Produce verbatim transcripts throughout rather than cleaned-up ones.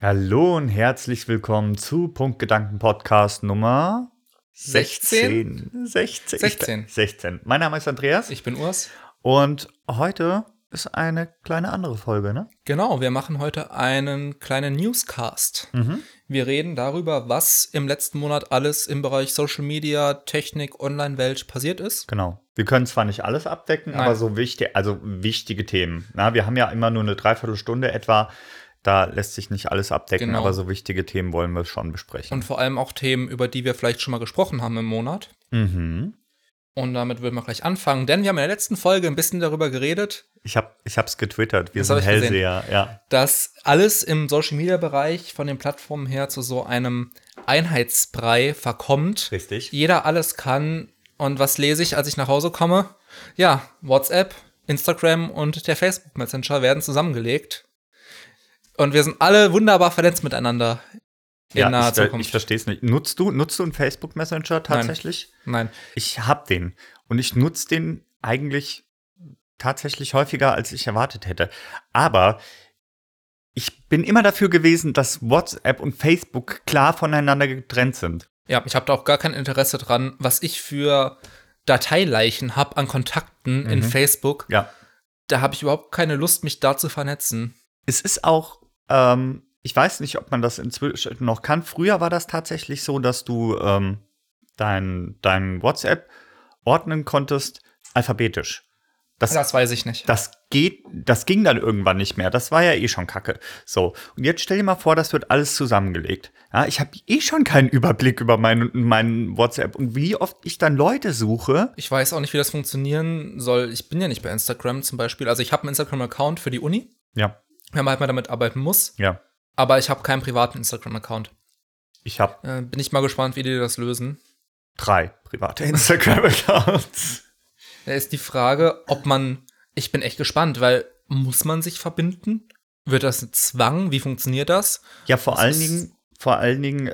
Hallo und herzlich willkommen zu Punktgedanken Podcast Nummer sechzehn? sechzehn. sechzehn. sechzehn. Mein Name ist Andreas. Ich bin Urs. Und heute ist eine kleine andere Folge, ne? Genau, wir machen heute einen kleinen Newscast. Mhm. Wir reden darüber, was im letzten Monat alles im Bereich Social Media, Technik, Online-Welt passiert ist. Genau. Wir können zwar nicht alles abdecken, Nein. aber so wichtig, also wichtige Themen. Na, wir haben ja immer nur eine Dreiviertelstunde etwa. Da lässt sich nicht alles abdecken, Genau. aber so wichtige Themen wollen wir schon besprechen. Und vor allem auch Themen, über die wir vielleicht schon mal gesprochen haben im Monat. Mhm. Und damit würden wir gleich anfangen, denn wir haben in der letzten Folge ein bisschen darüber geredet, Ich habe ich hab's getwittert, wir Das hab sind ich gesehen. Hellseher, ja. dass alles im Social-Media-Bereich von den Plattformen her zu so einem Einheitsbrei verkommt. Richtig. Jeder alles kann. Und was lese ich, als ich nach Hause komme? Ja, WhatsApp, Instagram und der Facebook Messenger werden zusammengelegt. Und wir sind alle wunderbar vernetzt miteinander in Ja, naher ich, ver- Zukunft. ich verstehe es nicht. Nutzt du, nutzt du einen Facebook Messenger tatsächlich? Nein. Ich hab den. Und ich nutze den eigentlich tatsächlich häufiger, als ich erwartet hätte. Aber ich bin immer dafür gewesen, dass WhatsApp und Facebook klar voneinander getrennt sind. Ja, ich habe da auch gar kein Interesse dran, was ich für Dateileichen habe an Kontakten in Mhm. Facebook. Ja. Da habe ich überhaupt keine Lust, mich da zu vernetzen. Es ist auch, ähm, ich weiß nicht, ob man das inzwischen noch kann. Früher war das tatsächlich so, dass du ähm, dein, dein WhatsApp ordnen konntest alphabetisch. Das, Das weiß ich nicht. das geht, das ging dann irgendwann nicht mehr. Das war ja eh schon Kacke. So, und jetzt stell dir mal vor, das wird alles zusammengelegt. Ja, ich habe eh schon keinen Überblick über meinen mein WhatsApp und wie oft ich dann Leute suche. Ich weiß auch nicht, wie das funktionieren soll. Ich bin ja nicht bei Instagram zum Beispiel. Also ich habe einen Instagram-Account für die Uni, Ja, wenn man halt mal damit arbeiten muss. ja. Aber ich habe keinen privaten Instagram-Account. Ich habe Äh, bin ich mal gespannt, wie die das lösen. drei private Instagram-Accounts. Da ist die Frage, ob man, ich bin echt gespannt, weil muss man sich verbinden? Wird das ein Zwang? Wie funktioniert das? Ja, vor Das allen ist- Dingen, vor allen Dingen,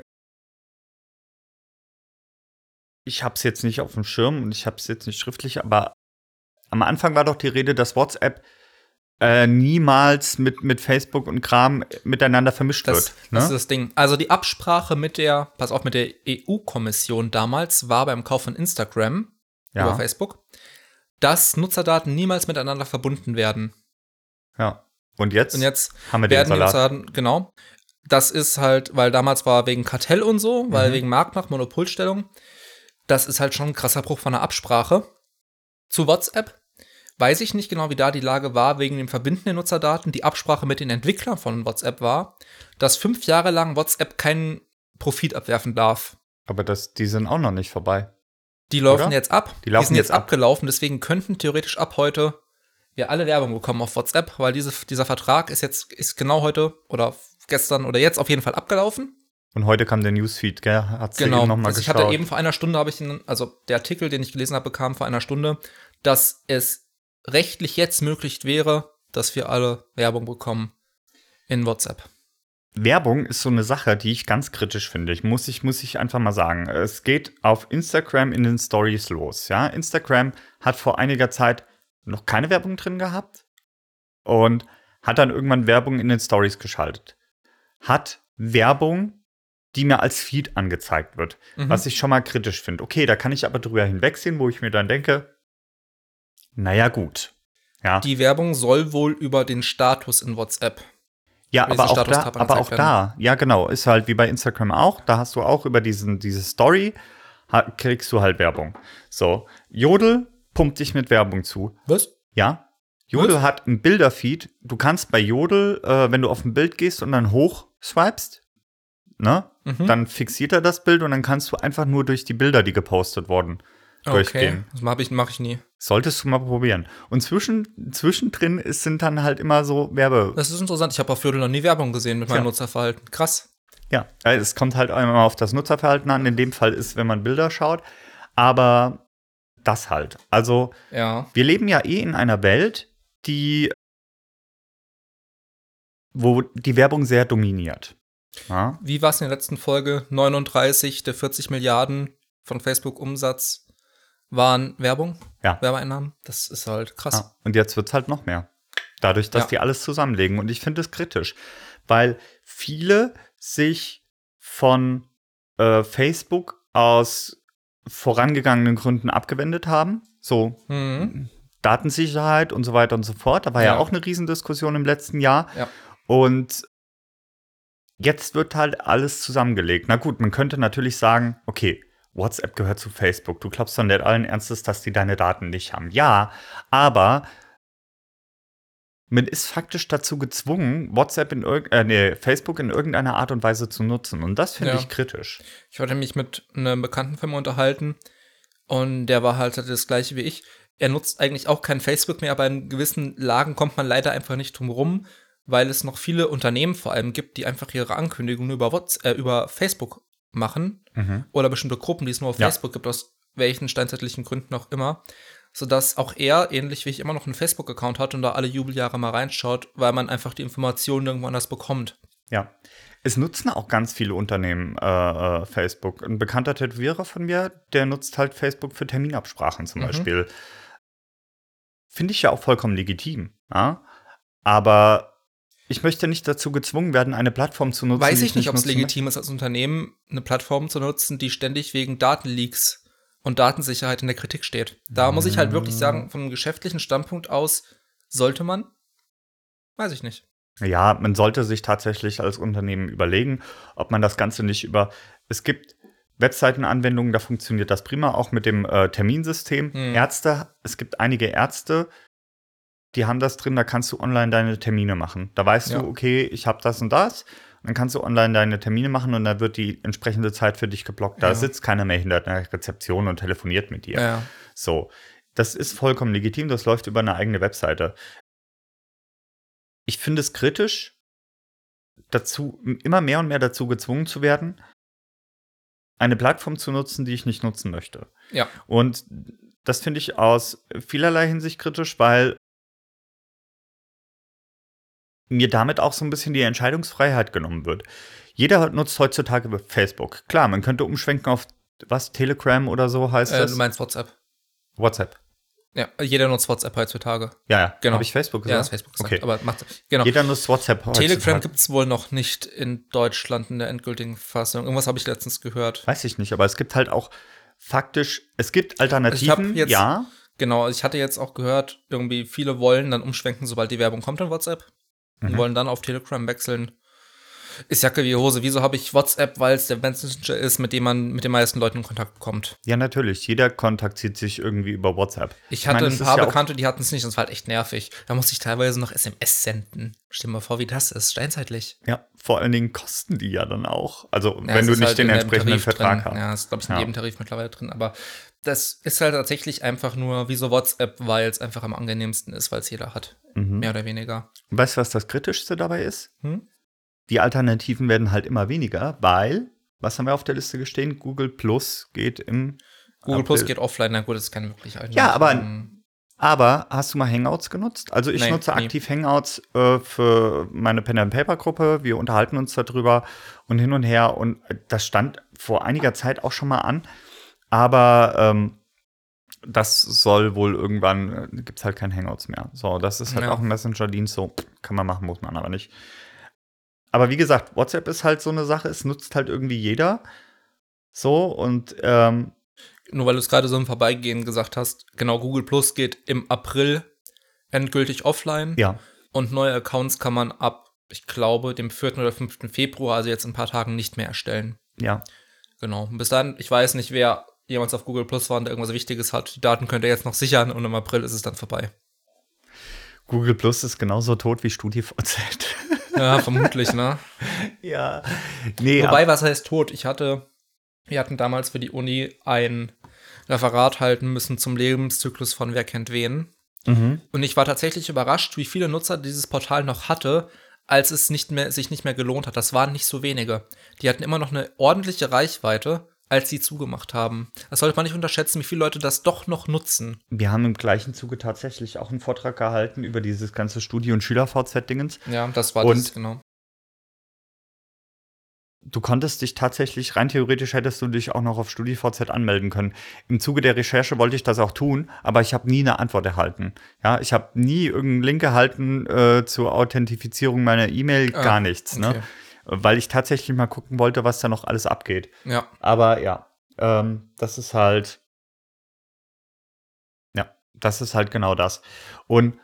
ich habe es jetzt nicht auf dem Schirm und ich habe es jetzt nicht schriftlich, aber am Anfang war doch die Rede, dass WhatsApp äh, niemals mit, mit Facebook und Kram miteinander vermischt Das, wird. das ist Ne? das Ding. Also die Absprache mit der, pass auf, mit der E U-Kommission damals war beim Kauf von Instagram über Ja, Facebook, dass Nutzerdaten niemals miteinander verbunden werden. ja. Und jetzt, Und jetzt haben wir den werden die Salat. Nutzerdaten, genau. Das ist halt, weil damals war wegen Kartell und so, weil Mhm. wegen Marktmacht, Monopolstellung. Das ist halt schon ein krasser Bruch von der Absprache. Zu WhatsApp weiß ich nicht genau, wie da die Lage war wegen dem Verbinden der Nutzerdaten. Die Absprache mit den Entwicklern von WhatsApp war, dass fünf Jahre lang WhatsApp keinen Profit abwerfen darf. Aber das, die sind auch noch nicht vorbei. Die laufen Oder? jetzt ab. Die laufen sind jetzt jetzt ab. abgelaufen, deswegen könnten theoretisch ab heute wir alle Werbung bekommen auf WhatsApp, weil diese, dieser Vertrag ist jetzt ist genau heute oder gestern oder jetzt auf jeden Fall abgelaufen. Und heute kam der Newsfeed, gell? Hat's Genau. eben noch mal Also ich geschaut. hatte eben vor einer Stunde habe ich den, also der Artikel, den ich gelesen habe, bekam vor einer Stunde, dass es rechtlich jetzt möglich wäre, dass wir alle Werbung bekommen in WhatsApp. Werbung ist so eine Sache, die ich ganz kritisch finde. Ich muss, ich muss ich einfach mal sagen. Es geht auf Instagram in den Stories los. Ja, Instagram hat vor einiger Zeit noch keine Werbung drin gehabt und hat dann irgendwann Werbung in den Stories geschaltet. Hat Werbung, die mir als Feed angezeigt wird, Mhm. was ich schon mal kritisch finde. Okay, da kann ich aber drüber hinwegsehen, wo ich mir dann denke, naja, gut. Ja. Die Werbung soll wohl über den Status in WhatsApp. Ja, Über aber diesen auch, da, Status-Tab aber auch angezeigt da, ja genau, ist halt wie bei Instagram auch, da hast du auch über diesen, diese Story, ha, kriegst du halt Werbung. So, Jodel pumpt dich mit Werbung zu. Was? Ja, Jodel Was? hat einen Bilderfeed, du kannst bei Jodel, äh, wenn du auf ein Bild gehst und dann hoch swipest, ne, Mhm. dann fixiert er das Bild und dann kannst du einfach nur durch die Bilder, die gepostet wurden, durchgehen. Okay, das mache ich, mach ich nie. Solltest du mal probieren. Und zwischen, zwischendrin ist, sind dann halt immer so Werbe. Das ist interessant. Ich habe auf Jodel noch nie Werbung gesehen mit meinem Ja. Nutzerverhalten. Krass. Ja, äh, es kommt halt einmal auf das Nutzerverhalten an. In dem Fall ist, wenn man Bilder schaut. Aber das halt. Also, Ja. wir leben ja eh in einer Welt, die, wo die Werbung sehr dominiert. Ja? Wie war es in der letzten Folge? neununddreißig der vierzig Milliarden von Facebook-Umsatz waren Werbung, Ja. Werbeeinnahmen. Das ist halt krass. Ja. Und jetzt wird es halt noch mehr. Dadurch, dass Ja. die alles zusammenlegen. Und ich finde es kritisch. Weil viele sich von äh, Facebook aus vorangegangenen Gründen abgewendet haben. So Mhm. Datensicherheit und so weiter und so fort. Da war ja, Ja. auch eine Riesendiskussion im letzten Jahr. Ja. Und jetzt wird halt alles zusammengelegt. Na gut, man könnte natürlich sagen, okay, WhatsApp gehört zu Facebook. Du glaubst doch nicht allen Ernstes, dass die deine Daten nicht haben. Ja, aber man ist faktisch dazu gezwungen, WhatsApp in irg- äh, nee, Facebook in irgendeiner Art und Weise zu nutzen. Und das finde Ja. ich kritisch. Ich wollte mich mit einem bekannten Firma unterhalten und der war halt das gleiche wie ich. Er nutzt eigentlich auch kein Facebook mehr, aber in gewissen Lagen kommt man leider einfach nicht drum rum, weil es noch viele Unternehmen vor allem gibt, die einfach ihre Ankündigungen über, WhatsApp, äh, über Facebook machen Mhm. oder bestimmte Gruppen, die es nur auf Ja. Facebook gibt, aus welchen steinzeitlichen Gründen auch immer, sodass auch er, ähnlich wie ich, immer noch einen Facebook-Account hat und da alle Jubeljahre mal reinschaut, weil man einfach die Informationen irgendwo anders bekommt. Ja. Es nutzen auch ganz viele Unternehmen äh, äh, Facebook. Ein bekannter Tätowierer von mir, der nutzt halt Facebook für Terminabsprachen zum Mhm. Beispiel. Finde ich ja auch vollkommen legitim. Ja? Aber ich möchte nicht dazu gezwungen werden, eine Plattform zu nutzen, Weiß die ich nicht, ob es nutzen legitim ist, als Unternehmen eine Plattform zu nutzen, die ständig wegen Datenleaks und Datensicherheit in der Kritik steht. Da muss ich halt wirklich sagen, vom geschäftlichen Standpunkt aus, sollte man? Weiß ich nicht. möchte. Ja, man sollte sich tatsächlich als Unternehmen überlegen, ob man das Ganze nicht über. Es gibt Webseitenanwendungen, da funktioniert das prima, auch mit dem äh, Terminsystem. Hm. Ärzte, es gibt einige Ärzte, die haben das drin, da kannst du online deine Termine machen. Da weißt Ja. du, okay, ich habe das und das. Dann kannst du online deine Termine machen und dann wird die entsprechende Zeit für dich geblockt. Da Ja. sitzt keiner mehr hinter einer Rezeption und telefoniert mit dir. Ja. So, das ist vollkommen legitim, das läuft über eine eigene Webseite. Ich finde es kritisch, dazu immer mehr und mehr dazu gezwungen zu werden, eine Plattform zu nutzen, die ich nicht nutzen möchte. Ja. Und das finde ich aus vielerlei Hinsicht kritisch, weil mir damit auch so ein bisschen die Entscheidungsfreiheit genommen wird. Jeder nutzt heutzutage Facebook. Klar, man könnte umschwenken auf was, Telegram oder so heißt Äh, das? du meinst WhatsApp. WhatsApp. Ja, jeder nutzt WhatsApp heutzutage. Ja, ja. Genau. Habe ich Facebook gesagt? Ja, das Facebook gesagt, Okay. aber macht genau. Jeder nutzt WhatsApp Telegram heutzutage. gibt es wohl noch nicht in Deutschland in der endgültigen Fassung. Irgendwas habe ich letztens gehört. Weiß ich nicht, aber es gibt halt auch faktisch, es gibt Alternativen, Also ich hab jetzt- ja. Genau, ich hatte jetzt auch gehört, irgendwie viele wollen dann umschwenken, sobald die Werbung kommt in WhatsApp. Und Mhm. wollen dann auf Telegram wechseln. Ist Jacke wie Hose. Wieso habe ich WhatsApp? Weil es der Messenger ist, mit dem man mit den meisten Leuten in Kontakt kommt. Ja, natürlich. Jeder Kontakt zieht sich irgendwie über WhatsApp. Ich hatte meine, ein es ist paar ja auch- Bekannte, die hatten es nicht. Das war halt echt nervig. Da musste ich teilweise noch S M S senden. Stell dir mal vor, wie das ist. Steinzeitlich. Ja, vor allen Dingen kosten die ja dann auch. Also, Ja, wenn es du ist nicht halt den in dem entsprechenden Tarif Vertrag drin. hast. Ja, ist, glaube ich, in Ja. jedem Tarif mittlerweile drin. Aber das ist halt tatsächlich einfach nur wie so WhatsApp, weil es einfach am angenehmsten ist, weil es jeder hat. Mhm. Mehr oder weniger. Weißt du, was das Kritischste dabei ist? Hm? Die Alternativen werden halt immer weniger, weil, was haben wir auf der Liste gestehen? Google Plus geht im Google Plus April. geht offline. Na gut, das ist keine wirklich Ja, aber- Hm. Aber hast du mal Hangouts genutzt? Also ich Nee, nutze nie. aktiv Hangouts äh, für meine Pen-and-Paper-Gruppe. Wir unterhalten uns darüber und hin und her. Und das stand vor einiger Zeit auch schon mal an. Aber ähm, das soll wohl irgendwann, äh, gibt es halt kein Hangouts mehr. So, das ist halt Ja. auch ein Messenger-Dienst. So, kann man machen, muss man aber nicht. Aber wie gesagt, WhatsApp ist halt so eine Sache. Es nutzt halt irgendwie jeder. So, und ähm, Nur weil du es gerade so im Vorbeigehen gesagt hast, genau, Google Plus geht im April endgültig offline. ja. Und neue Accounts kann man ab, ich glaube, dem vierten oder fünften Februar, also jetzt in ein paar Tagen, nicht mehr erstellen. Ja. Genau. Und bis dann, ich weiß nicht, wer jemals auf Google Plus war und der irgendwas Wichtiges hat. Die Daten könnt ihr jetzt noch sichern und im April ist es dann vorbei. Google Plus ist genauso tot wie StudiVZ. Ja, vermutlich, ne? Ja. Nee, Wobei, was heißt tot? Ich hatte, wir hatten damals für die Uni ein Referat halten müssen zum Lebenszyklus von Wer kennt wen. Mhm. Und ich war tatsächlich überrascht, wie viele Nutzer dieses Portal noch hatte, als es nicht mehr, sich nicht mehr gelohnt hat. Das waren nicht so wenige. Die hatten immer noch eine ordentliche Reichweite, als sie zugemacht haben. Das sollte man nicht unterschätzen, wie viele Leute das doch noch nutzen. Wir haben im gleichen Zuge tatsächlich auch einen Vortrag gehalten über dieses ganze Studi- und Schüler-V Z-Dingens. Ja, das war Und- das, genau. Du konntest dich tatsächlich, rein theoretisch hättest du dich auch noch auf StudiVZ anmelden können. Im Zuge der Recherche wollte ich das auch tun, aber ich habe nie eine Antwort erhalten. Ja, ich habe nie irgendeinen Link erhalten äh, zur Authentifizierung meiner E-Mail, Ah, gar nichts. okay. Ne? weil ich tatsächlich mal gucken wollte, was da noch alles abgeht. Ja. Aber ja, ähm, das ist halt, ja, das ist halt genau das. Und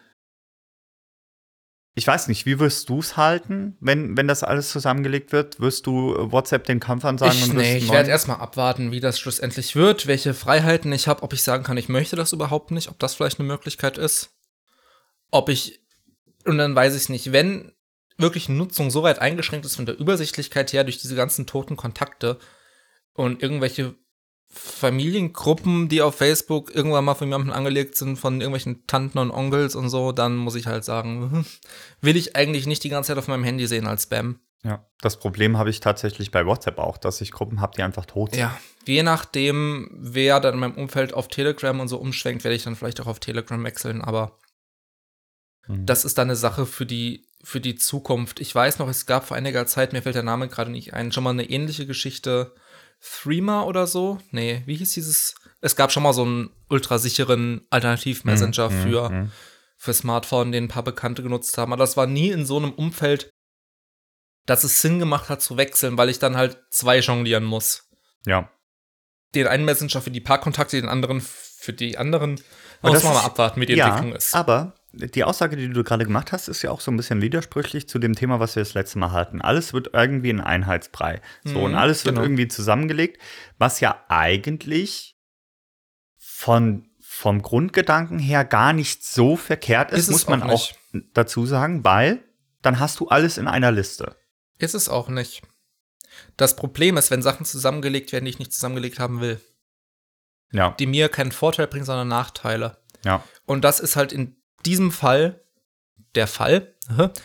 ich weiß nicht, wie wirst du es halten, wenn, wenn das alles zusammengelegt wird? Wirst du WhatsApp den Kampf ansagen Ich, und nee, wirst ich einen werde neuen- erstmal abwarten, wie das schlussendlich wird, welche Freiheiten ich habe, ob ich sagen kann, ich möchte das überhaupt nicht, ob das vielleicht eine Möglichkeit ist. Ob ich, und dann weiß ich nicht, wenn wirklich Nutzung so weit eingeschränkt ist von der Übersichtlichkeit her durch diese ganzen toten Kontakte und irgendwelche Familiengruppen, die auf Facebook irgendwann mal von jemandem angelegt sind, von irgendwelchen Tanten und Onkels und so, dann muss ich halt sagen, will ich eigentlich nicht die ganze Zeit auf meinem Handy sehen als Spam. Ja, das Problem habe ich tatsächlich bei WhatsApp auch, dass ich Gruppen habe, die einfach tot sind. Ja, je nachdem, wer dann in meinem Umfeld auf Telegram und so umschwenkt, werde ich dann vielleicht auch auf Telegram wechseln, aber Mhm. das ist dann eine Sache für die, für die Zukunft. Ich weiß noch, es gab vor einiger Zeit, mir fällt der Name gerade nicht ein, schon mal eine ähnliche Geschichte. Threema oder so? Nee, wie hieß dieses? Es gab schon mal so einen ultrasicheren Alternativ-Messenger Mhm, für, mhm. für Smartphone, den ein paar Bekannte genutzt haben. Aber das war nie in so einem Umfeld, dass es Sinn gemacht hat zu wechseln, weil ich dann halt zwei jonglieren muss. Ja. Den einen Messenger für die paar Kontakte, den anderen für die anderen. Da Und muss das man mal ist- abwarten, wie die ja, Entwicklung ist. aber die Aussage, die du gerade gemacht hast, ist ja auch so ein bisschen widersprüchlich zu dem Thema, was wir das letzte Mal hatten. Alles wird irgendwie ein Einheitsbrei. So, Mhm, und alles wird genau. irgendwie zusammengelegt, was ja eigentlich von, vom Grundgedanken her gar nicht so verkehrt ist, Ist es muss man auch auch nicht. dazu sagen, weil dann hast du alles in einer Liste. Ist es auch nicht. Das Problem ist, wenn Sachen zusammengelegt werden, die ich nicht zusammengelegt haben will, Ja, die mir keinen Vorteil bringen, sondern Nachteile. ja. Und das ist halt in diesem Fall der Fall,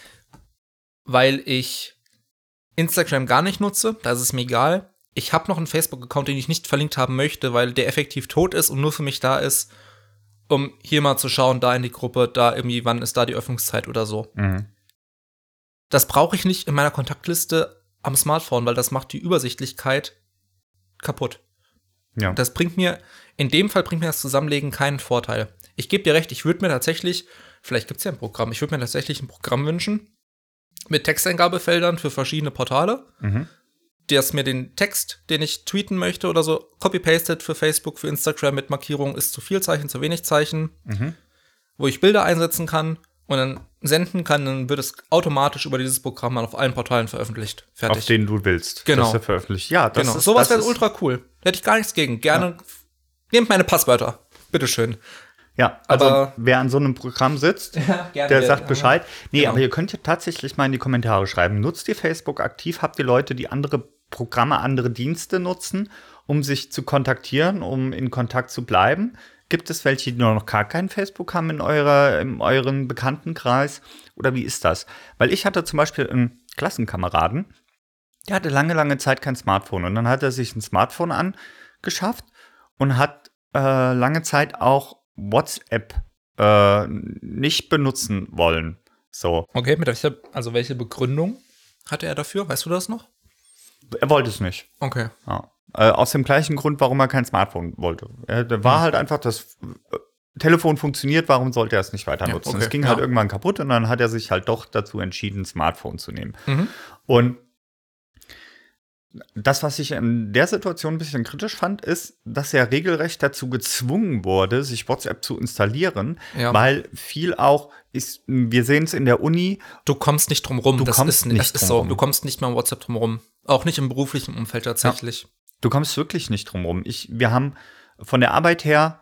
weil ich Instagram gar nicht nutze, da ist es mir egal. Ich habe noch einen Facebook-Account, den ich nicht verlinkt haben möchte, weil der effektiv tot ist und nur für mich da ist, um hier mal zu schauen, da in die Gruppe, da irgendwie, wann ist da die Öffnungszeit oder so. Mhm. Das brauche ich nicht in meiner Kontaktliste am Smartphone, weil das macht die Übersichtlichkeit kaputt. Ja. Das bringt mir, in dem Fall bringt mir das Zusammenlegen keinen Vorteil. Ich gebe dir recht, ich würde mir tatsächlich, vielleicht gibt es ja ein Programm, ich würde mir tatsächlich ein Programm wünschen mit Texteingabefeldern für verschiedene Portale, Mhm. das mir den Text, den ich tweeten möchte oder so, copy-pasted für Facebook, für Instagram mit Markierung, ist zu viel Zeichen, zu wenig Zeichen, Mhm. wo ich Bilder einsetzen kann und dann senden kann, dann wird es automatisch über dieses Programm dann auf allen Portalen veröffentlicht. Fertig. Auf den du willst, Genau. dass er veröffentlicht. Ja, das genau. ist Sowas das wäre ist- ultra cool. Hätte ich gar nichts gegen. Gerne. Nehmt meine Passwörter. Bitteschön. Ja, also Aber- wer an so einem Programm sitzt, gerne. der sagt Bescheid. Nee, Genau. aber ihr könnt ja tatsächlich mal in die Kommentare schreiben. Nutzt ihr Facebook aktiv? Habt ihr Leute, die andere Programme, andere Dienste nutzen, um sich zu kontaktieren, um in Kontakt zu bleiben? Gibt es welche, die noch gar kein Facebook haben in, eurer, in eurem Bekanntenkreis? Oder wie ist das? Weil ich hatte zum Beispiel einen Klassenkameraden, der hatte lange, lange Zeit kein Smartphone. Und dann hat er sich ein Smartphone angeschafft und hat äh, lange Zeit auch WhatsApp äh, nicht benutzen wollen. So. Okay, mit welcher, also welche Begründung hatte er dafür? Weißt du das noch? Er wollte es nicht. Okay. Ja. Äh, aus dem gleichen Grund, warum er kein Smartphone wollte. Er, der war Hm. halt einfach, das äh, Telefon funktioniert, warum sollte er es nicht weiter Ja, nutzen? okay, Es ging ja. halt irgendwann kaputt und dann hat er sich halt doch dazu entschieden, ein Smartphone zu nehmen. Mhm. Und das, was ich in der Situation ein bisschen kritisch fand, ist, dass er regelrecht dazu gezwungen wurde, sich WhatsApp zu installieren, Ja. weil viel auch ist, wir sehen es in der Uni, Du kommst nicht drum rum. Du das kommst ist, nicht das ist drum so. rum. Du kommst nicht mehr am WhatsApp drum rum. Auch nicht im beruflichen Umfeld tatsächlich. du kommst wirklich nicht drum rum. Ich, wir haben von der Arbeit her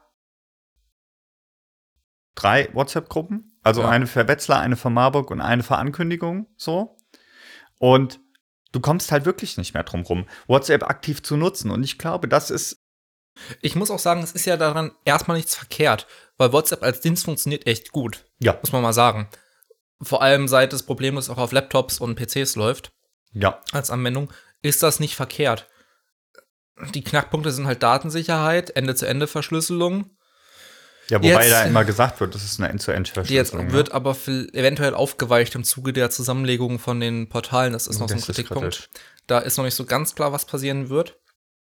drei WhatsApp-Gruppen, also Ja. eine für Wetzlar, eine für Marburg und eine für Ankündigung, so. Und du kommst halt wirklich nicht mehr drum rum, WhatsApp aktiv zu nutzen. Und ich glaube, das ist Ich muss auch sagen, es ist ja daran erstmal nichts verkehrt, weil WhatsApp als Dienst funktioniert echt gut. ja, Muss man mal sagen. Vor allem seit das problemlos auch auf Laptops und P Cs läuft ja, als Anwendung, ist das nicht verkehrt. Die Knackpunkte sind halt Datensicherheit, Ende-zu-Ende-Verschlüsselung, ja, wobei Jetzt- da immer gesagt wird, das ist eine die jetzt End-to-End-Verschlüsselung. wird aber viel- eventuell aufgeweicht im Zuge der Zusammenlegung von den Portalen. Das ist Ja. noch so ein Das ist Kritikpunkt. kritisch. Da ist noch nicht so ganz klar, was passieren wird.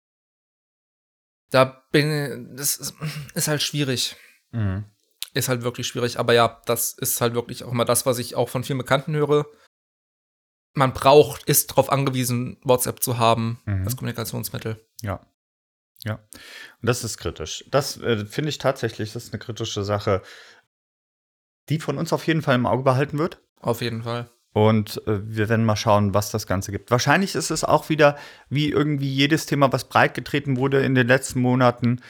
Da bin das ist, ist halt schwierig. Mhm. Ist halt wirklich schwierig. Aber ja, das ist halt wirklich auch mal das, was ich auch von vielen Bekannten höre. man braucht, ist darauf angewiesen, WhatsApp zu haben Mhm. als Kommunikationsmittel. Ja. Ja. Und das ist kritisch. Das äh, finde ich tatsächlich, das ist eine kritische Sache, die von uns auf jeden Fall im Auge behalten wird. Auf jeden Fall. Und äh, wir werden mal schauen, was das Ganze gibt. Wahrscheinlich ist es auch wieder, wie irgendwie jedes Thema, was breitgetreten wurde in den letzten Monaten,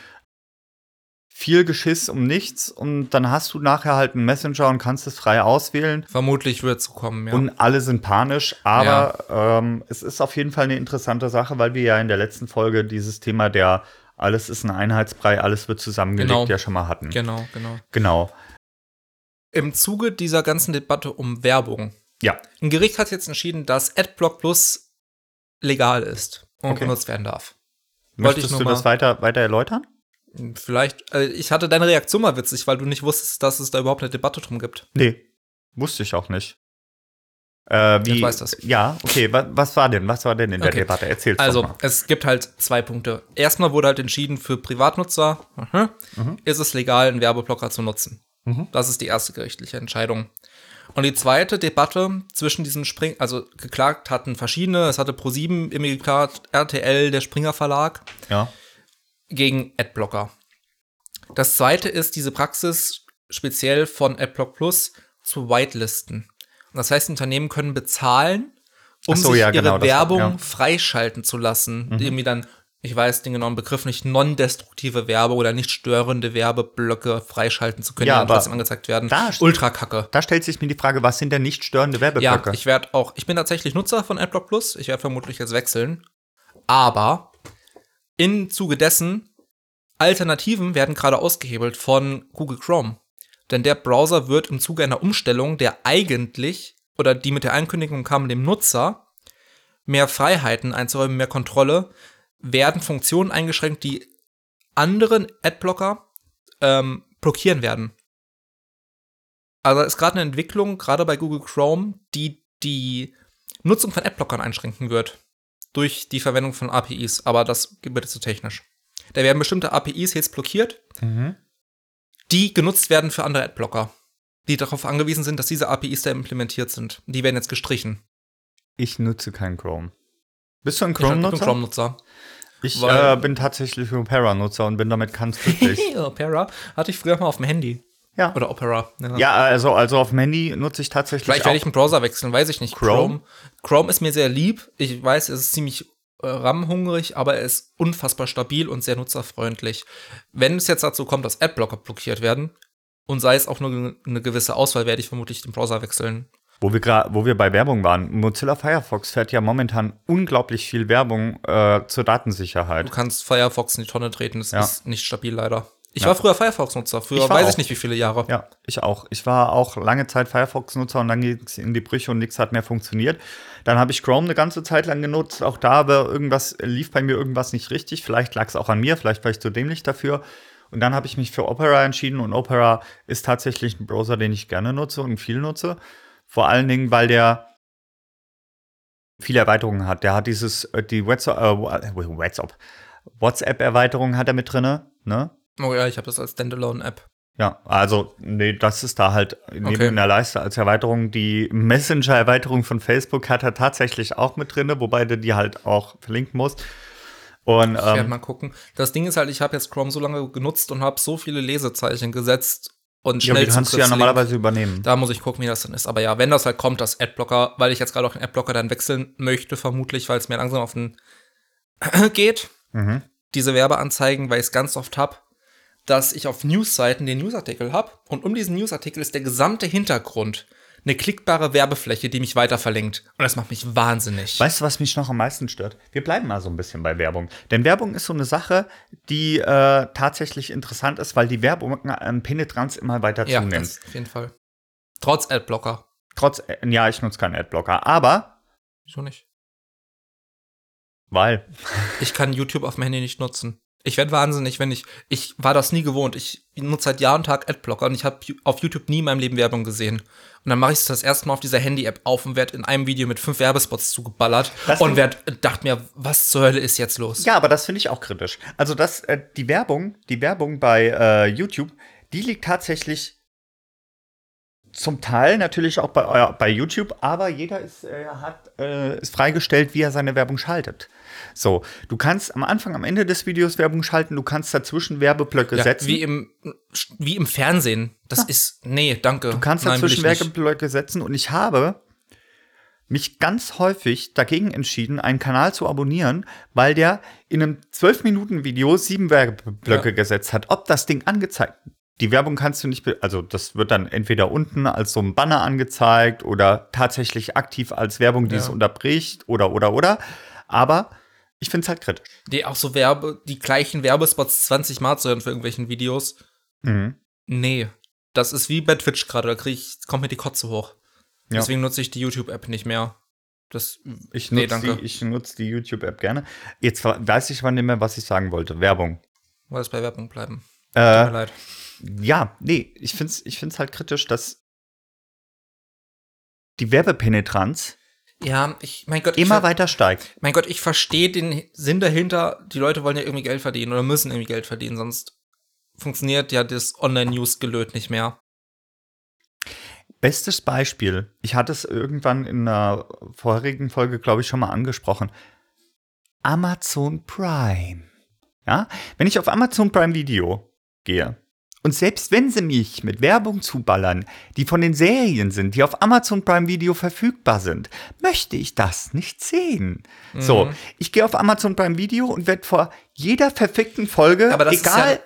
viel Geschiss um nichts. Und dann hast du nachher halt einen Messenger und kannst es frei auswählen. Vermutlich wird es so kommen, ja. Und alle sind panisch. Aber ähm, es ist auf jeden Fall eine interessante Sache, weil wir ja in der letzten Folge dieses Thema der alles ist ein Einheitsbrei, alles wird zusammengelegt, Genau. ja schon mal hatten. Genau, genau. Genau. Im Zuge dieser ganzen Debatte um Werbung. Ja. Ein Gericht hat jetzt entschieden, dass Adblock Plus legal ist und Okay. genutzt werden darf. Wollte ich Möchtest nur du mal- das weiter, weiter erläutern? Vielleicht, äh, ich hatte deine Reaktion mal witzig, weil du nicht wusstest, dass es da überhaupt eine Debatte drum gibt. Nee, wusste ich auch nicht. Äh, wie, Jetzt weiß das. Ja, okay, wa, was war denn? Was war denn in der Okay. Debatte? Erzähl's Also, doch mal. es gibt halt zwei Punkte. Erstmal wurde halt entschieden, für Privatnutzer mhm, Mhm. ist es legal, einen Werbeblocker zu nutzen. Mhm. Das ist die erste gerichtliche Entscheidung. Und die zweite Debatte zwischen diesen Spring, also geklagt hatten verschiedene, es hatte ProSieben immer geklagt, R T L, der Springer Verlag, Ja. gegen Adblocker. Das zweite ist diese Praxis speziell von Adblock Plus zu whitelisten. Und das heißt, Unternehmen können bezahlen, um Ach so, sich ja, genau, ihre das war- Werbung ja. freischalten zu lassen. Mhm. Irgendwie dann, ich weiß den genauen Begriff nicht, non-destruktive Werbe oder nicht störende Werbeblöcke freischalten zu können, Ja, die dann aber trotzdem angezeigt werden. da- Ultra kacke. Da stellt sich mir die Frage, was sind denn nicht störende Ja, Werbeblöcke? ich werde auch, ich bin tatsächlich Nutzer von Adblock Plus, ich werde vermutlich jetzt wechseln, aber im Zuge dessen, Alternativen werden gerade ausgehebelt von Google Chrome. Denn der Browser wird im Zuge einer Umstellung, der eigentlich, oder die mit der Ankündigung kam, dem Nutzer mehr Freiheiten einzuräumen, mehr Kontrolle, werden Funktionen eingeschränkt, die anderen Adblocker ähm, blockieren werden. Also ist gerade eine Entwicklung, gerade bei Google Chrome, die die Nutzung von Adblockern einschränken wird. Durch die Verwendung von A P Is. Aber das wird jetzt zu technisch. Da werden bestimmte A P Is jetzt blockiert, Mhm. die genutzt werden für andere Adblocker. Die darauf angewiesen sind, dass diese A P Is da implementiert sind. Die werden jetzt gestrichen. Ich nutze keinen Chrome. Bist du ein Ich bin Chrome-Nutzer? Chrome-Nutzer. Ich weil- äh, bin tatsächlich ein Opera-Nutzer und bin damit ganz glücklich. Opera hatte ich früher mal auf dem Handy. Ja. Oder Opera. Ja, also, also auf dem Handy nutze ich tatsächlich Vielleicht auch. werde ich einen Browser wechseln, weiß ich nicht. Chrome? Chrome, Chrome ist mir sehr lieb. Ich weiß, es ist ziemlich äh, RAM-hungrig, aber er ist unfassbar stabil und sehr nutzerfreundlich. Wenn es jetzt dazu kommt, dass Adblocker blockiert werden, und sei es auch nur eine gewisse Auswahl, werde ich vermutlich den Browser wechseln. Wo wir, gra- wo wir bei Werbung waren, Mozilla Firefox fährt ja momentan unglaublich viel Werbung äh, zur Datensicherheit. Du kannst Firefox in die Tonne treten, das Ja. ist nicht stabil leider. Ich Ja. war früher Firefox-Nutzer, früher Ich war weiß auch. ich nicht wie viele Jahre. Ja, ich auch. Ich war auch lange Zeit Firefox-Nutzer und dann ging es in die Brüche und nichts hat mehr funktioniert. Dann habe ich Chrome eine ganze Zeit lang genutzt. Auch da war irgendwas, lief bei mir irgendwas nicht richtig. Vielleicht lag es auch an mir, vielleicht war ich zu dämlich dafür. Und dann habe ich mich für Opera entschieden und Opera ist tatsächlich ein Browser, den ich gerne nutze und viel nutze. Vor allen Dingen, weil der viele Erweiterungen hat. Der hat dieses, äh, die WhatsApp, äh, WhatsApp, WhatsApp-Erweiterung hat er mit drin, ne? Oh ja, ich habe das als Standalone-App. Ja, also, nee, das ist da halt neben Okay. in der Leiste als Erweiterung. Die Messenger-Erweiterung von Facebook hat er tatsächlich auch mit drin, wobei du die halt auch verlinken musst. Und, Ich werde ähm, mal gucken. Das Ding ist halt, ich habe jetzt Chrome so lange genutzt und habe so viele Lesezeichen gesetzt und ja, schnell die kannst du ja Zugriffslink. normalerweise übernehmen. Da muss ich gucken, wie das dann ist. Aber ja, wenn das halt kommt, das Adblocker, weil ich jetzt gerade auch den Adblocker dann wechseln möchte, vermutlich, weil es mir langsam auf den geht, Mhm. diese Werbeanzeigen, weil ich es ganz oft habe, dass ich auf Newsseiten den Newsartikel habe und um diesen Newsartikel ist der gesamte Hintergrund eine klickbare Werbefläche, die mich weiter verlinkt. Und das macht mich wahnsinnig. Weißt du, was mich noch am meisten stört? Wir bleiben mal so ein bisschen bei Werbung. Denn Werbung ist so eine Sache, die äh, tatsächlich interessant ist, weil die Werbung an Penetranz immer weiter Ja, zunimmt. das auf jeden Fall. Trotz Adblocker. Trotz, äh, ja, ich nutze keinen Adblocker, aber, Wieso nicht? weil, Ich kann YouTube auf dem Handy nicht nutzen. Ich werde wahnsinnig, wenn ich, ich war das nie gewohnt. Ich nutze seit Jahr und Tag Adblocker und ich habe auf YouTube nie in meinem Leben Werbung gesehen. Und dann mache ich es das erste Mal auf dieser Handy-App auf und werde in einem Video mit fünf Werbespots zugeballert Das und find- werd, dachte mir, was zur Hölle ist jetzt los? ja, aber das finde ich auch kritisch. Also, das, äh, die Werbung, die Werbung bei äh, YouTube, die liegt tatsächlich Zum Teil natürlich auch bei, euer- bei YouTube, aber jeder ist, äh, hat, äh, ist freigestellt, wie er seine Werbung schaltet. So, du kannst am Anfang, am Ende des Videos Werbung schalten, du kannst dazwischen Werbeblöcke Ja, setzen. wie im, wie im Fernsehen. Das ist, nee, danke. Du kannst Nein, will dazwischen ich nicht. Werbeblöcke setzen und ich habe mich ganz häufig dagegen entschieden, einen Kanal zu abonnieren, weil der in einem zwölf Minuten Video sieben Werbeblöcke Ja. gesetzt hat. Ob das Ding angezeigt. Die Werbung kannst du nicht, be- also das wird dann entweder unten als so ein Banner angezeigt oder tatsächlich aktiv als Werbung, die Ja. es unterbricht oder, oder, oder. Aber ich finde es halt kritisch. Die auch so Werbe, die gleichen Werbespots zwanzig Mal zu hören für irgendwelchen Videos. Mhm. Nee. Das ist wie bei Twitch gerade, da krieg ich, kommt mir die Kotze hoch. Ja. Deswegen nutze ich die YouTube-App nicht mehr. Das, Ich nee, nutze danke. die, ich nutz die YouTube-App gerne. Jetzt wa- weiß ich aber nicht mehr, was ich sagen wollte. Werbung. Wollte es bei Werbung bleiben. Tut mir Äh, leid. ja, nee, ich finde es ich find's halt kritisch, dass die Werbepenetranz Ja, ich, mein Gott, ich, immer ver- weiter steigt. mein Gott, ich verstehe den Sinn dahinter. Die Leute wollen ja irgendwie Geld verdienen oder müssen irgendwie Geld verdienen, sonst funktioniert ja das Online-News-Gelöt nicht mehr. Bestes Beispiel, ich hatte es irgendwann in einer vorherigen Folge, glaube ich, schon mal angesprochen. Amazon Prime. Ja, wenn ich auf Amazon Prime Video gehe und selbst wenn sie mich mit Werbung zuballern, die von den Serien sind, die auf Amazon Prime Video verfügbar sind, möchte ich das nicht sehen. So, Mhm. ich gehe auf Amazon Prime Video und werde vor jeder verfickten Folge, Aber das ist egal,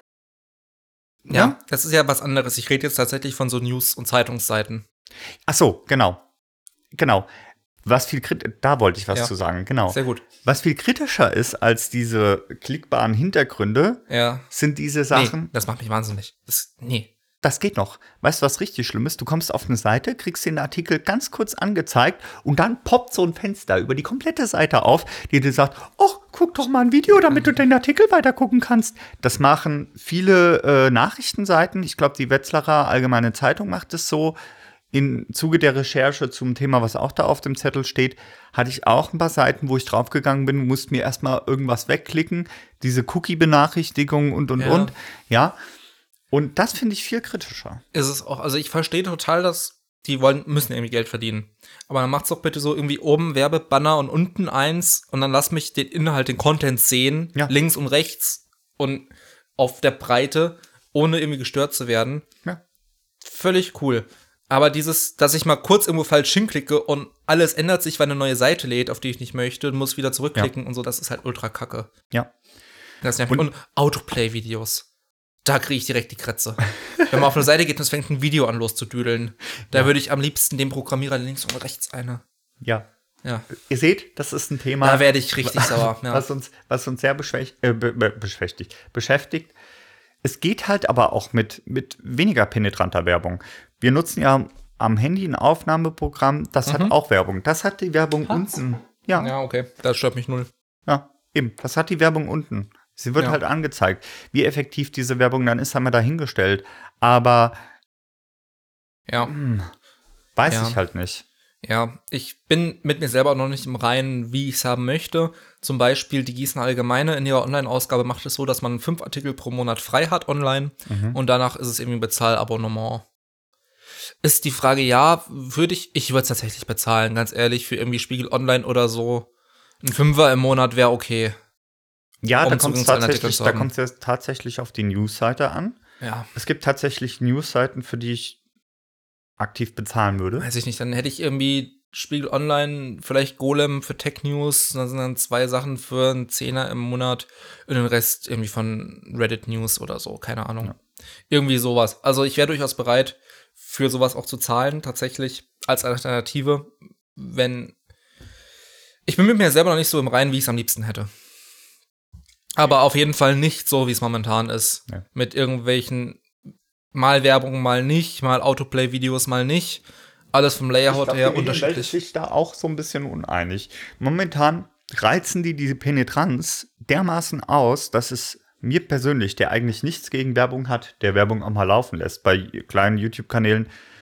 Ja, Ja? das ist ja was anderes. Ich rede jetzt tatsächlich von so News- und Zeitungsseiten. ach so, genau, genau. Was viel krit da wollte ich was Ja. zu sagen, genau. Sehr gut. Was viel kritischer ist als diese klickbaren Hintergründe, Ja. sind diese Nee, Sachen. das macht mich wahnsinnig. Das, nee. Das geht noch. Weißt du, was richtig schlimm ist? Du kommst auf eine Seite, kriegst den Artikel ganz kurz angezeigt und dann poppt so ein Fenster über die komplette Seite auf, die dir sagt, oh, guck doch mal ein Video, damit du den Artikel weiter gucken kannst. Das machen viele äh, Nachrichtenseiten. Ich glaube, die Wetzlarer Allgemeine Zeitung macht es so. Im Zuge der Recherche zum Thema, was auch da auf dem Zettel steht, hatte ich auch ein paar Seiten, wo ich draufgegangen bin, musste mir erstmal irgendwas wegklicken, diese Cookie-Benachrichtigungen und, und, Ja. und. Ja. Und das finde ich viel kritischer. Ist es auch, also ich verstehe total, dass die wollen, müssen irgendwie Geld verdienen. Aber dann macht's doch bitte so irgendwie oben Werbebanner und unten eins und dann lass mich den Inhalt, den Content sehen, Ja. links und rechts und auf der Breite, ohne irgendwie gestört zu werden. Ja. Völlig cool. Aber dieses, dass ich mal kurz irgendwo falsch hinklicke und alles ändert sich, weil eine neue Seite lädt, auf die ich nicht möchte, und muss wieder zurückklicken und so, das ist halt ultra kacke. Ja. Das nervt Und- mich. Und Autoplay-Videos. Da kriege ich direkt die Kratze. Wenn man auf eine Seite geht und es fängt ein Video an loszudüdeln, da Ja. würde ich am liebsten dem Programmierer links und rechts eine. Ja. Ja. Ihr seht, das ist ein Thema, Da werde ich richtig sauer. Ja. was, uns, was uns sehr beschwäch- äh, be be beschäftigt, beschäftigt. Es geht halt aber auch mit, mit weniger penetranter Werbung. Wir nutzen ja am Handy ein Aufnahmeprogramm, das hat auch Werbung. Das hat die Werbung Hat's? unten. Ja, ja, Ja, okay. Das stört mich null. eben. Das hat die Werbung unten. Sie wird Ja. halt angezeigt. Wie effektiv diese Werbung dann ist, haben wir dahingestellt. Aber Ja. weiß Ja. ich halt nicht. Ja, ich bin mit mir selber noch nicht im Reinen, wie ich es haben möchte. Zum Beispiel die Gießener Allgemeine in ihrer Online-Ausgabe macht es so, dass man fünf Artikel pro Monat frei hat online und danach ist es irgendwie ein Bezahlabonnement. Ist die Frage, ja, würde ich, ich würde es tatsächlich bezahlen, ganz ehrlich, für irgendwie Spiegel Online oder so. Ein Fünfer im Monat wäre okay. Ja, Um da kommt es Zugang zu einem Artikel tatsächlich, zu da haben. kommt's jetzt tatsächlich auf die News-Seite an. Ja, Es gibt tatsächlich News-Seiten, für die ich aktiv bezahlen würde. weiß ich nicht, dann hätte ich irgendwie Spiegel Online, vielleicht Golem für Tech News, dann sind dann zwei Sachen für einen Zehner im Monat und den Rest irgendwie von Reddit News oder so, keine Ahnung. Ja. Irgendwie sowas. Also ich wäre durchaus bereit, für sowas auch zu zahlen, tatsächlich als Alternative, wenn ich bin mit mir selber noch nicht so im Reinen, wie ich es am liebsten hätte. Aber auf jeden Fall nicht so, wie es momentan ist. Ja. Mit irgendwelchen mal Werbung, mal nicht, mal Autoplay-Videos, mal nicht. Alles vom Layout her Die Welt ist unterschiedlich. sich da auch so ein bisschen uneinig. Momentan reizen die diese Penetranz dermaßen aus, dass es mir persönlich, der eigentlich nichts gegen Werbung hat, der Werbung auch mal laufen lässt, bei kleinen YouTube-Kanälen,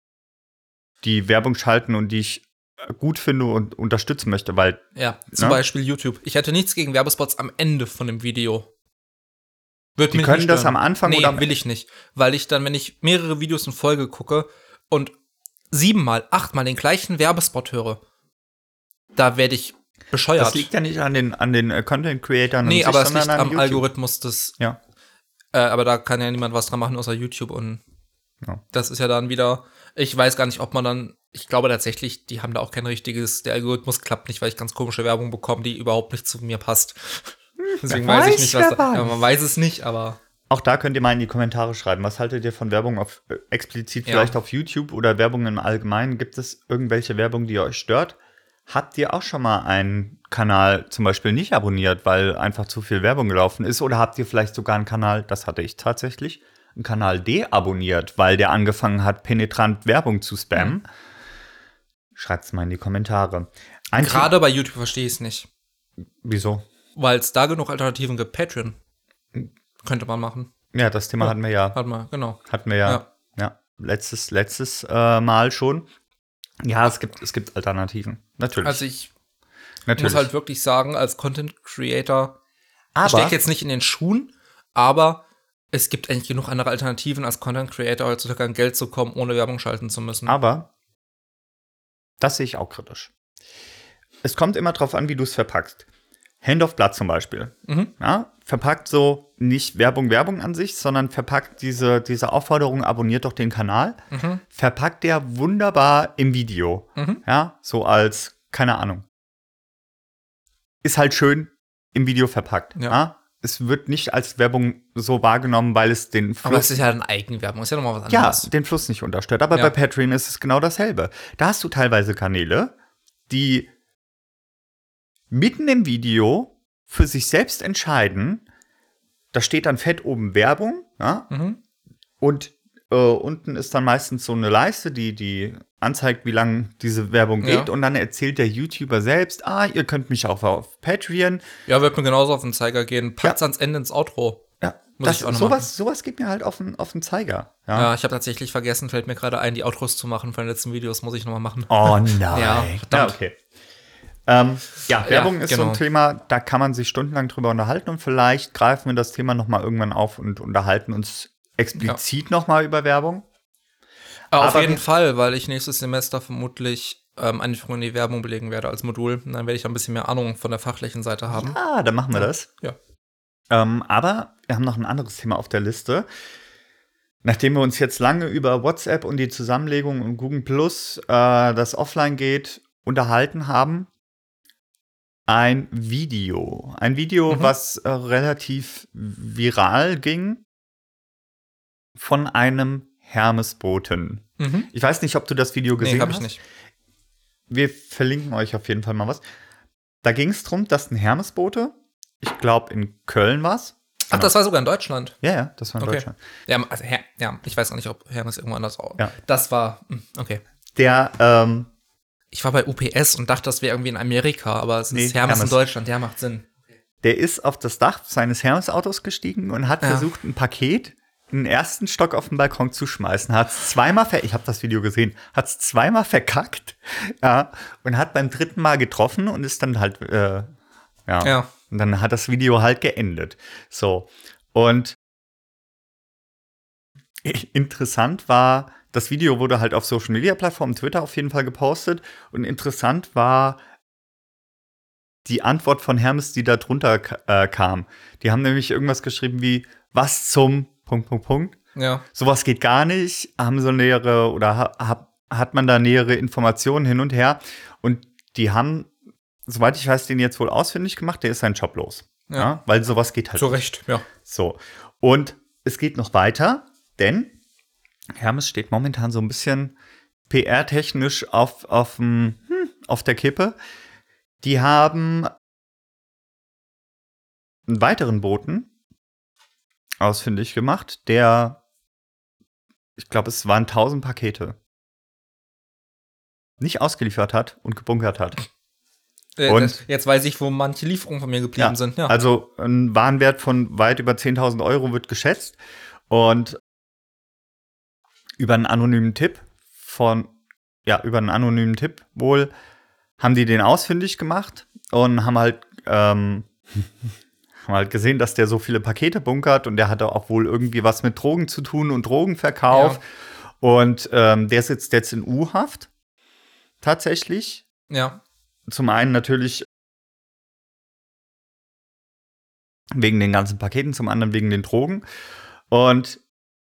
die Werbung schalten und die ich gut finde und unterstützen möchte, weil Ja, zum Ne? Beispiel YouTube. Ich hätte nichts gegen Werbespots am Ende von dem Video. Wird die mich können nicht das stören. am Anfang Nee, oder am will ich nicht. Weil ich dann, wenn ich mehrere Videos in Folge gucke und siebenmal, achtmal den gleichen Werbespot höre, da werde ich bescheuert. Das liegt ja nicht an den, an den äh, Content-Creatern, nee, sich, aber es liegt an am YouTube. Algorithmus des. Ja. Äh, aber da kann ja niemand was dran machen, außer YouTube. Und ja. das ist ja dann wieder. Ich weiß gar nicht, ob man dann. Ich glaube tatsächlich, die haben da auch kein richtiges. Der Algorithmus klappt nicht, weil ich ganz komische Werbung bekomme, die überhaupt nicht zu mir passt. Deswegen weiß, weiß ich nicht, was da. Ja, man weiß es nicht, aber. Auch da könnt ihr mal in die Kommentare schreiben. Was haltet ihr von Werbung auf äh, explizit Ja. vielleicht auf YouTube oder Werbung im Allgemeinen? Gibt es irgendwelche Werbung, die euch stört? Habt ihr auch schon mal einen Kanal zum Beispiel nicht abonniert, weil einfach zu viel Werbung gelaufen ist? Oder habt ihr vielleicht sogar einen Kanal, das hatte ich tatsächlich, einen Kanal deabonniert, weil der angefangen hat, penetrant Werbung zu spammen? Mhm. Schreibt's mal in die Kommentare. Ein Gerade bei YouTube verstehe ich es nicht. Wieso? Weil es da genug Alternativen gibt. Patreon könnte man machen. Ja, das Thema Ja, hatten wir ja. Hatten wir, genau. Hatten wir ja, Ja. ja letztes, letztes äh, Mal schon. Ja, es gibt, es gibt Alternativen. Natürlich. Also ich Natürlich. muss halt wirklich sagen, als Content Creator, aber ich stecke jetzt nicht in den Schuhen, aber es gibt eigentlich genug andere Alternativen, als Content Creator heutzutage an Geld zu kommen, ohne Werbung schalten zu müssen. Aber das sehe ich auch kritisch. Es kommt immer drauf an, wie du es verpackst. Hand of Blood zum Beispiel. Mhm. Ja, verpackt so nicht Werbung, Werbung an sich, sondern verpackt diese, diese Aufforderung, abonniert doch den Kanal. Mhm. Verpackt der wunderbar im Video. Mhm. Ja, so als, keine Ahnung. Ist halt schön im Video verpackt. Ja. Ja? Es wird nicht als Werbung so wahrgenommen, weil es den Fluss. Aber es ist ja eine Eigenwerbung, ist ja nochmal was Ja, anderes. den Fluss nicht unterstützt. Aber Ja. bei Patreon ist es genau dasselbe. Da hast du teilweise Kanäle, die mitten im Video für sich selbst entscheiden, da steht dann fett oben Werbung, ja? Mhm. Und äh, unten ist dann meistens so eine Leiste, die, die anzeigt, wie lange diese Werbung geht. Ja. Und dann erzählt der YouTuber selbst, ah, ihr könnt mich auch auf Patreon. Ja, wird mir genauso auf den Zeiger gehen. Packt's Ja. ans Ende ins Outro. Ja, Muss das, ich auch noch sowas, sowas geht mir halt auf den, auf den Zeiger. Ja. Ja, ich habe tatsächlich vergessen, fällt mir gerade ein, die Outros zu machen von den letzten Videos, muss ich nochmal machen. Oh nein. Ja, ja, verdammt. okay. Ähm, ja, Werbung ist so genau. ein Thema, da kann man sich stundenlang drüber unterhalten und vielleicht greifen wir das Thema noch mal irgendwann auf und unterhalten uns explizit noch mal über Werbung. Aber auf Aber jeden wir- Fall, weil ich nächstes Semester vermutlich ähm, Einführung in die Werbung belegen werde als Modul. Und dann werde ich ein bisschen mehr Ahnung von der fachlichen Seite haben. Ah, dann machen wir das. Ja. Ähm, aber wir haben noch ein anderes Thema auf der Liste. Nachdem wir uns jetzt lange über WhatsApp und die Zusammenlegung und Google Plus, äh, das offline geht, unterhalten haben, ein Video. Ein Video, Mhm. was äh, relativ viral ging von einem Hermesboten. Mhm. Ich weiß nicht, ob du das Video gesehen Nee, hab hast. ich nicht. Wir verlinken euch auf jeden Fall mal was. Da ging es darum, dass ein Hermesbote, ich glaube in Köln war es. Ach, das war sogar in Deutschland. Ja, ja, das war in Okay. Deutschland. Ja, also, Her ja, ich weiß auch nicht, ob Hermes irgendwo anders auch. Ja. Das war, hm, okay. Der, ähm, Ich war bei U P S und dachte, das wäre irgendwie in Amerika, aber es Nee, ist Hermes, Hermes. in Deutschland, ja, macht Sinn. der ist auf das Dach seines Hermes-Autos gestiegen und hat Ja. versucht, ein Paket in den ersten Stock auf den Balkon zu schmeißen. Hat es zweimal, ver ich habe das Video gesehen, hat es zweimal verkackt, ja, und hat beim dritten Mal getroffen und ist dann halt, äh, ja. Ja. Und dann hat das Video halt geendet. So. Und interessant war, das Video wurde halt auf Social Media Plattformen, Twitter auf jeden Fall gepostet. Und interessant war die Antwort von Hermes, die da drunter äh, kam. Die haben nämlich irgendwas geschrieben wie, was zum Punkt, Punkt, Punkt. Ja. Sowas geht gar nicht. Haben so nähere oder ha, ha, hat man da nähere Informationen hin und her. Und die haben, soweit ich weiß, den jetzt wohl ausfindig gemacht. Der ist seinen Job los. Ja. Ja, weil sowas geht halt Zu nicht. Recht, ja. So. Und es geht noch weiter, denn Hermes steht momentan so ein bisschen P R-technisch auf, auf, hm, auf der Kippe. Die haben einen weiteren Boten ausfindig gemacht, der, ich glaube, es waren tausend Pakete, nicht ausgeliefert hat und gebunkert hat. Äh, Und- jetzt weiß ich, wo manche Lieferungen von mir geblieben Ja, sind. Ja. Also ein Warenwert von weit über zehntausend Euro wird geschätzt. Und über einen anonymen Tipp von, ja, über einen anonymen Tipp wohl, haben die den ausfindig gemacht und haben halt, ähm, haben halt gesehen, dass der so viele Pakete bunkert und der hatte auch wohl irgendwie was mit Drogen zu tun und Drogenverkauf. Und ähm, der sitzt jetzt in U-Haft. Tatsächlich. Ja. Zum einen natürlich wegen den ganzen Paketen, zum anderen wegen den Drogen. Und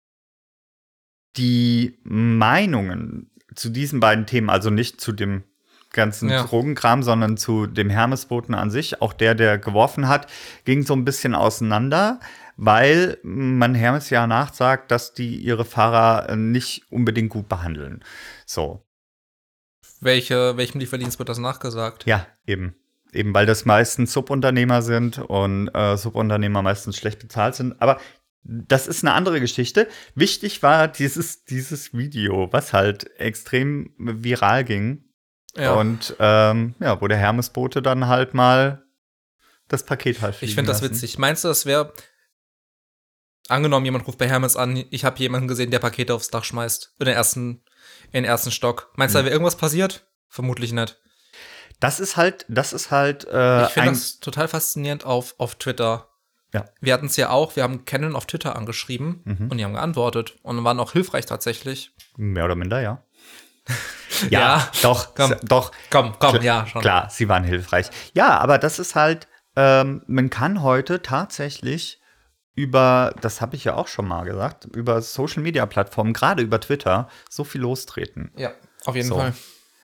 die Meinungen zu diesen beiden Themen, also nicht zu dem ganzen Ja. Drogenkram, sondern zu dem Hermesboten an sich, auch der, der geworfen hat, ging so ein bisschen auseinander, weil man Hermes ja nachsagt, dass die ihre Fahrer nicht unbedingt gut behandeln. So. Welche, welchem Lieferdienst wird das nachgesagt? Ja, eben. Eben, weil das meistens Subunternehmer sind und äh, Subunternehmer meistens schlecht bezahlt sind. Aber das ist eine andere Geschichte. Wichtig war dieses, dieses Video, was halt extrem viral ging. Ja. Und ähm, ja, wo der Hermesbote dann halt mal das Paket halt fliegen Ich finde das lassen. witzig. Meinst du, das wäre angenommen, jemand ruft bei Hermes an, ich habe jemanden gesehen, der Pakete aufs Dach schmeißt. In den ersten, in den ersten Stock. Meinst du, da wäre irgendwas passiert? Vermutlich nicht. Das ist halt, das ist halt äh, Ich finde ein- das total faszinierend auf, auf Twitter. Ja. Wir hatten es ja auch, wir haben Canon auf Twitter angeschrieben Mhm. und die haben geantwortet und waren auch hilfreich tatsächlich. mehr oder minder, ja. Ja, doch, komm. s- doch. Komm, komm, Kla- ja, schon. Klar, sie waren hilfreich. Ja, aber das ist halt, ähm, man kann heute tatsächlich über, das habe ich ja auch schon mal gesagt, über Social-Media-Plattformen, gerade über Twitter, so viel lostreten. Ja, auf jeden So. Fall.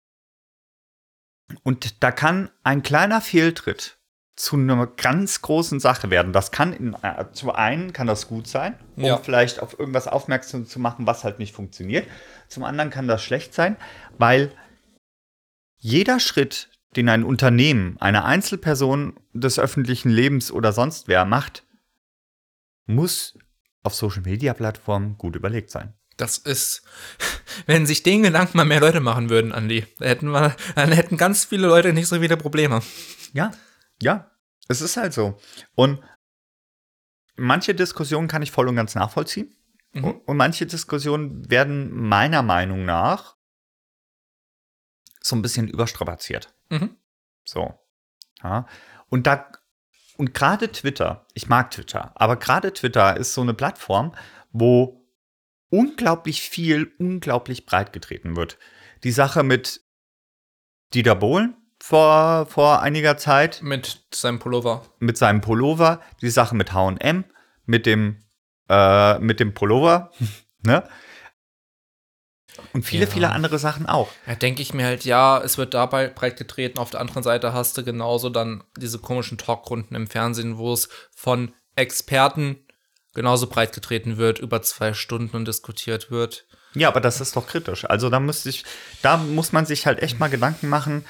Und da kann ein kleiner Fehltritt zu einer ganz großen Sache werden. Das kann in, äh, zu einen kann das gut sein, um Ja. vielleicht auf irgendwas aufmerksam zu machen, was halt nicht funktioniert. Zum anderen kann das schlecht sein, weil jeder Schritt, den ein Unternehmen, eine Einzelperson des öffentlichen Lebens oder sonst wer macht, muss auf Social-Media-Plattformen gut überlegt sein. Das ist, wenn sich den Gedanken mal mehr Leute machen würden, Andi, da hätten wir, dann hätten ganz viele Leute nicht so viele Probleme. Ja, ja, es ist halt so. Und manche Diskussionen kann ich voll und ganz nachvollziehen. Mhm. Und, und manche Diskussionen werden meiner Meinung nach so ein bisschen überstrapaziert. Mhm. So. Ja. Und da, und gerade Twitter, ich mag Twitter, aber gerade Twitter ist so eine Plattform, wo unglaublich viel, unglaublich breit getreten wird. Die Sache mit Dieter Bohlen vor, vor einiger Zeit, Mit seinem Pullover. mit seinem Pullover, die Sache mit H und M, mit dem, äh, mit dem Pullover, ne? Und viele, Ja. viele andere Sachen auch. Da denke ich mir halt, ja, es wird dabei breit getreten. Auf der anderen Seite hast du genauso dann diese komischen Talkrunden im Fernsehen, wo es von Experten genauso breit getreten wird, über zwei Stunden und diskutiert wird. Ja, aber das ist doch kritisch. Also da muss ich, da muss man sich halt echt mal Gedanken machen,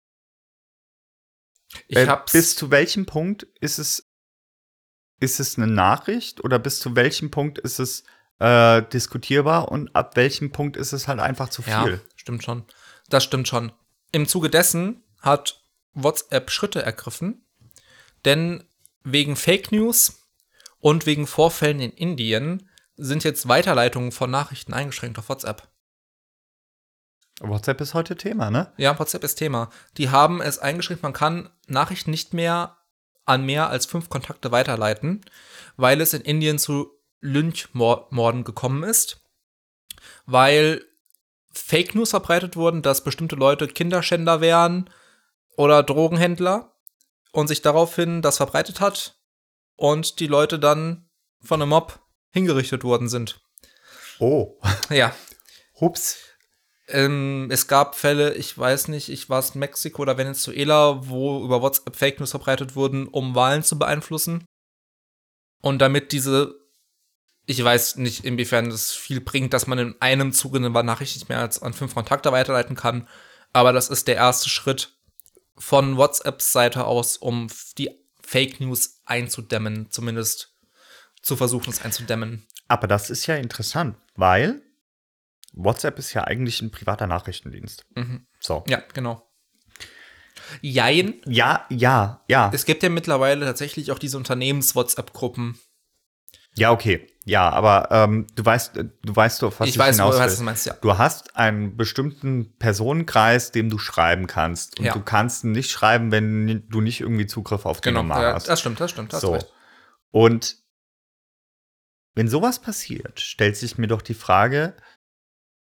Ich äh, hab's. bis zu welchem Punkt ist es, ist es eine Nachricht oder bis zu welchem Punkt ist es äh, diskutierbar und ab welchem Punkt ist es halt einfach zu viel. Ja, stimmt schon. Das stimmt schon. Im Zuge dessen hat WhatsApp Schritte ergriffen, denn wegen Fake News und wegen Vorfällen in Indien sind jetzt Weiterleitungen von Nachrichten eingeschränkt auf WhatsApp. WhatsApp ist heute Thema, ne? Ja, WhatsApp ist Thema. Die haben es eingeschränkt, man kann Nachrichten nicht mehr an mehr als fünf Kontakte weiterleiten, weil es in Indien zu Lynchmorden gekommen ist, weil Fake News verbreitet wurden, dass bestimmte Leute Kinderschänder wären oder Drogenhändler und sich daraufhin das verbreitet hat und die Leute dann von einem Mob hingerichtet worden sind. Oh, Ja. hups. Ähm, es gab Fälle, ich weiß nicht, ich war es Mexiko oder Venezuela, wo über WhatsApp Fake News verbreitet wurden, um Wahlen zu beeinflussen. Und damit diese, ich weiß nicht, inwiefern das viel bringt, dass man in einem Zuge eine Nachricht nicht mehr als an fünf Kontakte weiterleiten kann. Aber das ist der erste Schritt von WhatsApps Seite aus, um die Fake News einzudämmen, zumindest zu versuchen, es einzudämmen. Aber das ist ja interessant, weil WhatsApp ist ja eigentlich ein privater Nachrichtendienst. Mhm. So. Ja, genau. Jein. Ja, ja, ja. Es gibt ja mittlerweile tatsächlich auch diese Unternehmens-WhatsApp-Gruppen. Ja, okay. Ja, aber ähm, du weißt, du weißt doch, was Ich ich, weiß, hinaus wo- will. was du meinst, ja. Du hast einen bestimmten Personenkreis, dem du schreiben kannst. Und Ja. du kannst nicht schreiben, wenn du nicht irgendwie Zugriff auf die Genau, Nummer ja, hast. das stimmt, das stimmt. Das So. hast du recht. Und wenn sowas passiert, stellt sich mir doch die Frage,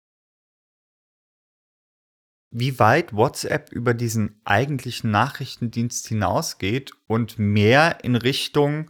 wie weit WhatsApp über diesen eigentlichen Nachrichtendienst hinausgeht und mehr in Richtung,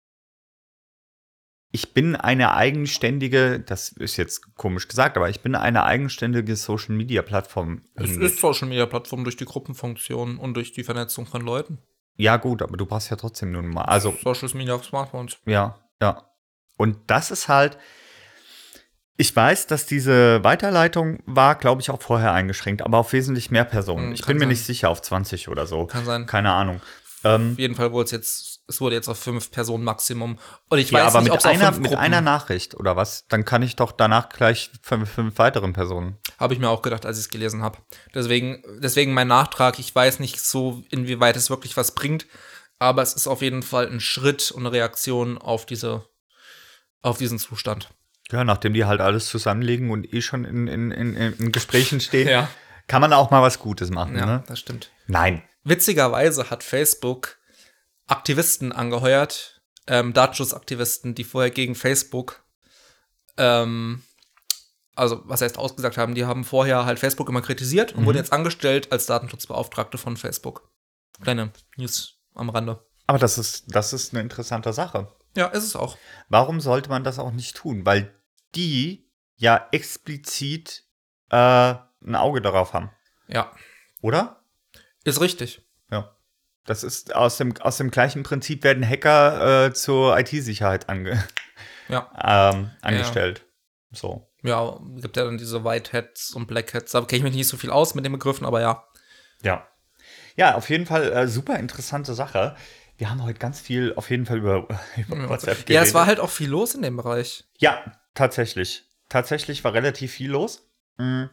ich bin eine eigenständige, das ist jetzt komisch gesagt, aber ich bin eine eigenständige Social-Media-Plattform. Es ist Social-Media-Plattform durch die Gruppenfunktion und durch die Vernetzung von Leuten. Ja gut, aber du brauchst ja trotzdem nun mal, also Social Media auf Smartphones. ja, ja. Und das ist halt, ich weiß, dass diese Weiterleitung war, glaube ich, auch vorher eingeschränkt, aber auf wesentlich mehr Personen. Hm, ich kann bin mir sein. nicht sicher, auf zwanzig oder so. Kann sein. Keine Ahnung. Ähm, Auf jeden Fall wurde es jetzt, es wurde jetzt auf fünf Personen Maximum. Und ich ja, weiß aber nicht, ob mit es auf einer, fünf mit Gruppen, einer Nachricht oder was? Dann kann ich doch danach gleich fünf, fünf weiteren Personen. habe ich mir auch gedacht, als ich es gelesen habe. Deswegen, deswegen mein Nachtrag, ich weiß nicht so, inwieweit es wirklich was bringt, aber es ist auf jeden Fall ein Schritt und eine Reaktion auf diese, auf diesen Zustand. Ja, nachdem die halt alles zusammenlegen und eh schon in, in, in, in Gesprächen stehen, Ja. kann man auch mal was Gutes machen, Ja, ne? das stimmt. Nein. Witzigerweise hat Facebook Aktivisten angeheuert, ähm, Datenschutzaktivisten, die vorher gegen Facebook, ähm, also was heißt ausgesagt haben, die haben vorher halt Facebook immer kritisiert und Mhm. wurden jetzt angestellt als Datenschutzbeauftragte von Facebook. Kleine News am Rande. Aber das ist, das ist eine interessante Sache. Ja, ist es auch. Warum sollte man das auch nicht tun? Weil die ja explizit äh, ein Auge darauf haben, Ja, oder? ist richtig. Ja. Das ist aus dem, aus dem gleichen Prinzip werden Hacker äh, zur I T-Sicherheit ange Ja, ähm, angestellt. So. ja, gibt ja dann diese White Hats und Black Hats. Da kenne ich mich nicht so viel aus mit den Begriffen, aber ja. Ja. Ja, auf jeden Fall äh, super interessante Sache. Wir haben heute ganz viel auf jeden Fall über, über WhatsApp geredet. Ja, es war halt auch viel los in dem Bereich. Ja, tatsächlich. Tatsächlich war relativ viel los. Mhm.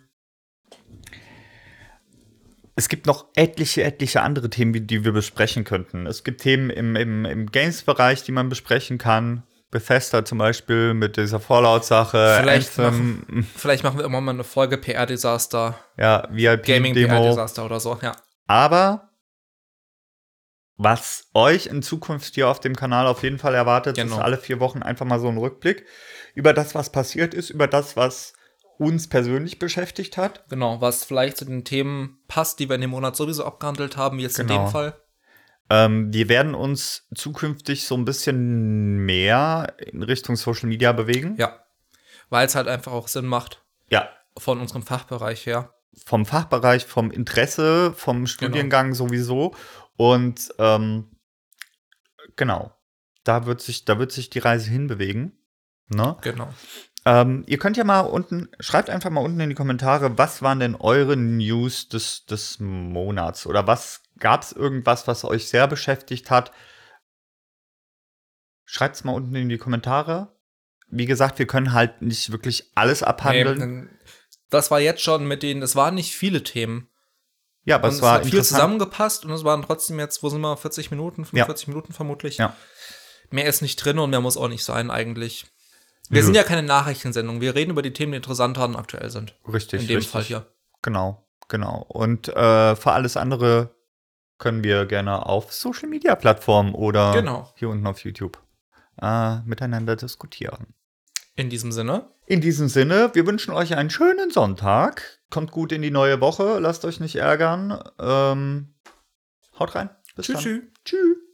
Es gibt noch etliche, etliche andere Themen, die wir besprechen könnten. Es gibt Themen im, im, im Games-Bereich, die man besprechen kann. Bethesda zum Beispiel mit dieser Fallout-Sache. Vielleicht, Anthem, machen, vielleicht machen wir immer mal eine Folge P R-Desaster, ja, V I P-Demo. Gaming-P R-Desaster oder so, ja. Aber was euch in Zukunft hier auf dem Kanal auf jeden Fall erwartet, Genau. ist alle vier Wochen einfach mal so ein Rückblick über das, was passiert ist, über das, was uns persönlich beschäftigt hat. Genau, was vielleicht zu den Themen passt, die wir in dem Monat sowieso abgehandelt haben, wie jetzt in Genau. dem Fall. Ähm, wir werden uns zukünftig so ein bisschen mehr in Richtung Social Media bewegen. Ja, weil es halt einfach auch Sinn macht Ja, von unserem Fachbereich her. vom Fachbereich, vom Interesse, vom Studiengang sowieso. Und ähm, genau, da wird sich, da wird sich die Reise hinbewegen. Ne? Genau. Ähm, ihr könnt ja mal unten, schreibt einfach mal unten in die Kommentare, was waren denn eure News des, des Monats? Oder was gab es irgendwas, was euch sehr beschäftigt hat? Schreibt es mal unten in die Kommentare. Wie gesagt, wir können halt nicht wirklich alles abhandeln. Nee, das war jetzt schon mit denen, es waren nicht viele Themen. Ja, aber Und es es war hat viel interessant. zusammengepasst und es waren trotzdem jetzt, wo sind wir, vierzig Minuten, fünfundvierzig Minuten vermutlich. Ja. Mehr ist nicht drin und mehr muss auch nicht sein eigentlich. Wir Nö. sind ja keine Nachrichtensendung, wir reden über die Themen, die interessant und aktuell sind. Richtig, In dem richtig. Fall hier. Genau, genau. Und äh, für alles andere können wir gerne auf Social Media Plattformen oder Genau. hier unten auf YouTube äh, miteinander diskutieren. In diesem Sinne. In diesem Sinne, wir wünschen euch einen schönen Sonntag. Kommt gut in die neue Woche, lasst euch nicht ärgern. Ähm, haut rein. Bis Tschüss, dann. tschüss. Tschüss.